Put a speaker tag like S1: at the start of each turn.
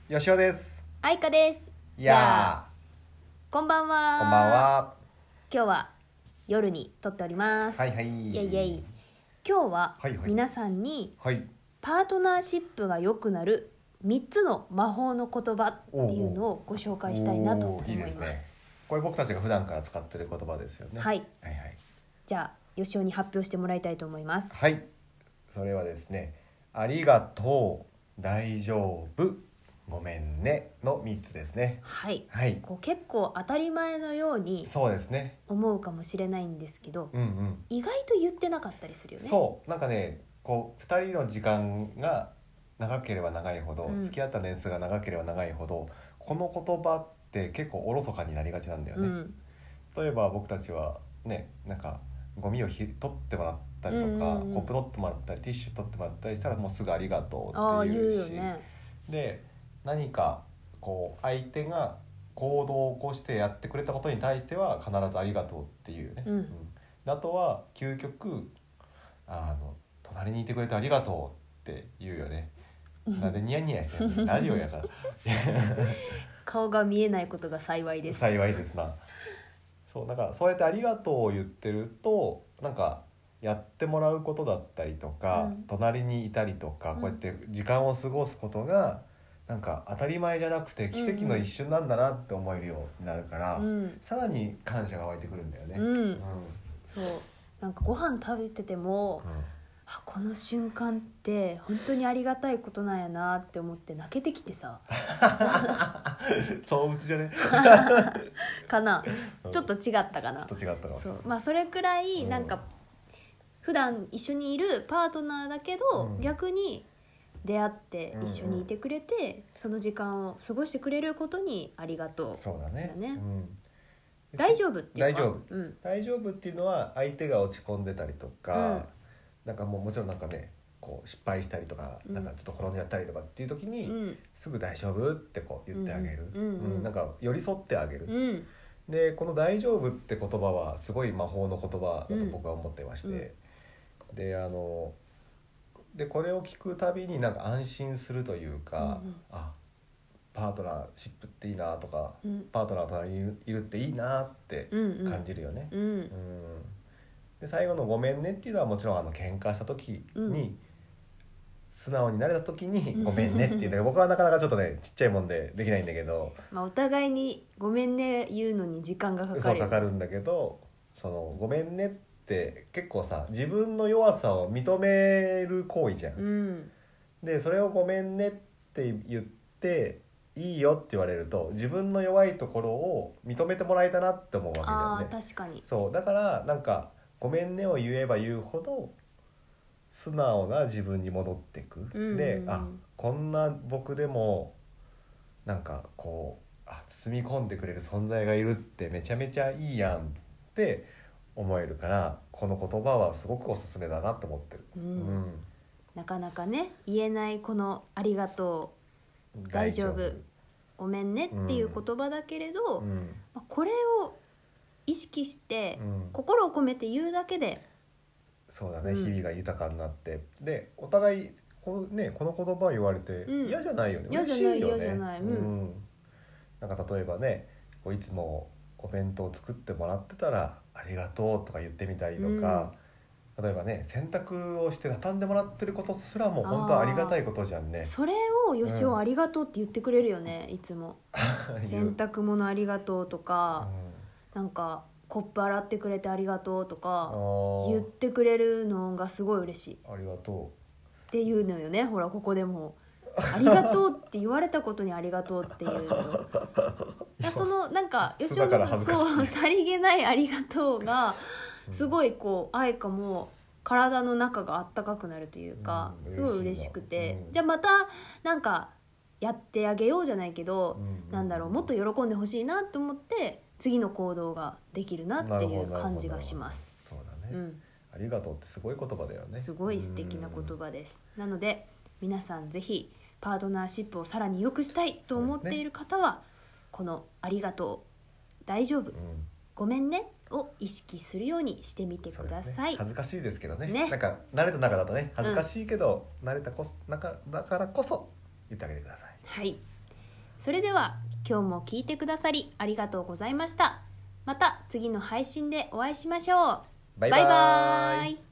S1: よしおです。
S2: あいかです。
S1: いや
S2: こんばんは。
S1: こんばんは。
S2: 今日は夜に撮っております。
S1: はいはい。
S2: イエイイエイ。今日は
S1: はいはい
S2: 皆さんに
S1: はい
S2: パートナーシップが良くなる3つの魔法の言葉っていうのをご紹介したいなと思います。
S1: いいですね。これ僕たちが普段から使ってる言葉ですよね。
S2: はい
S1: はいはい
S2: じゃあよしおに発表してもらいたいと思います。
S1: はい。それはですね、ありがとう、大丈夫、ごめんねの3つですね。
S2: はい、
S1: はい。
S2: こう結構当たり前のように
S1: そうですね。
S2: 思うかもしれないんですけど、
S1: うんうん。
S2: 意外と言ってなかったりするよね。
S1: そうなんかね、こう2人の時間が長ければ長いほど、付き合った年数が長ければ長いほど、この言葉って結構おろそかになりがちなんだよね。例えば僕たちはね、なんかゴミを取ってもらったりとか、コップ取ってもらったりティッシュ取ってもらったりしたらもうすぐありがとうって言うし、
S2: 言うよね。で
S1: 何かこう相手が行動を起こしてやってくれたことに対しては必ずありがとうっていうね、あとは究極隣にいてくれてありがとうって言うよね。なんでニヤニヤしてるラジオやから
S2: 顔が見えないことが幸いです。
S1: 幸いですな。そうなんかそうやってありがとうを言ってると、なんかやってもらうことだったりとか、隣にいたりとか、こうやって時間を過ごすことがなんか当たり前じゃなくて奇跡の一瞬なんだなって思えるようになるから、さらに感謝が湧いてくるんだよね。
S2: そうなんかご飯食べてても、この瞬間って本当にありがたいことなんやなって思って泣けてきてさ
S1: そう物じゃね
S2: かな、ちょっと違ったかな。
S1: ちょっと違ったかもしれない。
S2: まあそれくらいなんか、普段一緒にいるパートナーだけど、逆に出会って一緒にいてくれて、その時間を過ごしてくれることにありがとう。
S1: そうだね。
S2: 大丈夫っていうのは
S1: 大丈夫っていうのは相手が落ち込んでたりとか、なんかもちろんなんかね、こう失敗したりとか、なんかちょっと転んじゃったりとかっていう時に、すぐ大丈夫ってこう言ってあげる、なんか寄り添ってあげる、でこの大丈夫って言葉はすごい魔法の言葉だと僕は思ってまして、でこれを聞くたびになんか安心するというか、パートナーシップっていいなとか、パートナー隣にいるっていいなって感じるよね。で最後のごめんねっていうのはもちろん喧嘩した時に、素直になれた時にごめんねっていうのが僕はなかなかちょっとねちっちゃいもんでできないんだけど、
S2: お互いにごめんね言うのに時間がかかるよね。
S1: そうかかるんだけど、そのごめんねって結構さ、自分の弱さを認める行為じゃん、でそれをごめんねって言っていいよって言われると、自分の弱いところを認めてもらえたなって思うわけだよね。
S2: 確かに。
S1: そうだからなんかごめんねを言えば言うほど素直な自分に戻っていく、でこんな僕でもなんかこう包み込んでくれる存在がいるってめちゃめちゃいいやんって思えるから、この言葉はすごくおすすめだなと思ってる。
S2: なかなかね言えないこのありがとう、大丈夫、ごめんねっていう言葉だけれど、これを意識して、心を込めて言うだけで、
S1: そうだね、日々が豊かになって、でお互いこの言葉を言われて嫌じゃないよね。
S2: 嫌じゃない、嫌じゃない。
S1: なんか例えばね、いつもお弁当を作ってもらってたらありがとうとか言ってみたりとか、例えばね洗濯をして畳んでもらってることすらも本当はありがたいことじゃんね。
S2: それをよしおありがとうって言ってくれるよね、いつも洗濯物ありがとうとか、なんかコップ洗ってくれてありがとうとか言ってくれるのがすごい嬉しい。
S1: ありがと
S2: うって言うのよね。ほらここでもありがとうって言われたことにありがとうっていうのそのなんかよしおのそうさりげないありがとうがすごいこう愛花も体の中があったかくなるというか、すごい嬉しくて、じゃあまたなんかやってあげようじゃないけど、なんだろう、もっと喜んでほしいなと思って次の行動ができるなっていう感じがします。
S1: そうだね、ありがとうってすごい言葉だよね。
S2: すごい素敵な言葉です。なので皆さんぜひパートナーシップをさらに良くしたいと思っている方は、このありがとう、大丈夫、ごめんねを意識するようにしてみてください。
S1: 恥ずかしいですけどね。なんか慣れた中だとね恥ずかしいけど、慣れただからこそ言ってあげてください。
S2: はい。 それでは今日も聞いてくださりありがとうございました。また次の配信でお会いしましょう。
S1: バイバイ。
S2: バイバイ。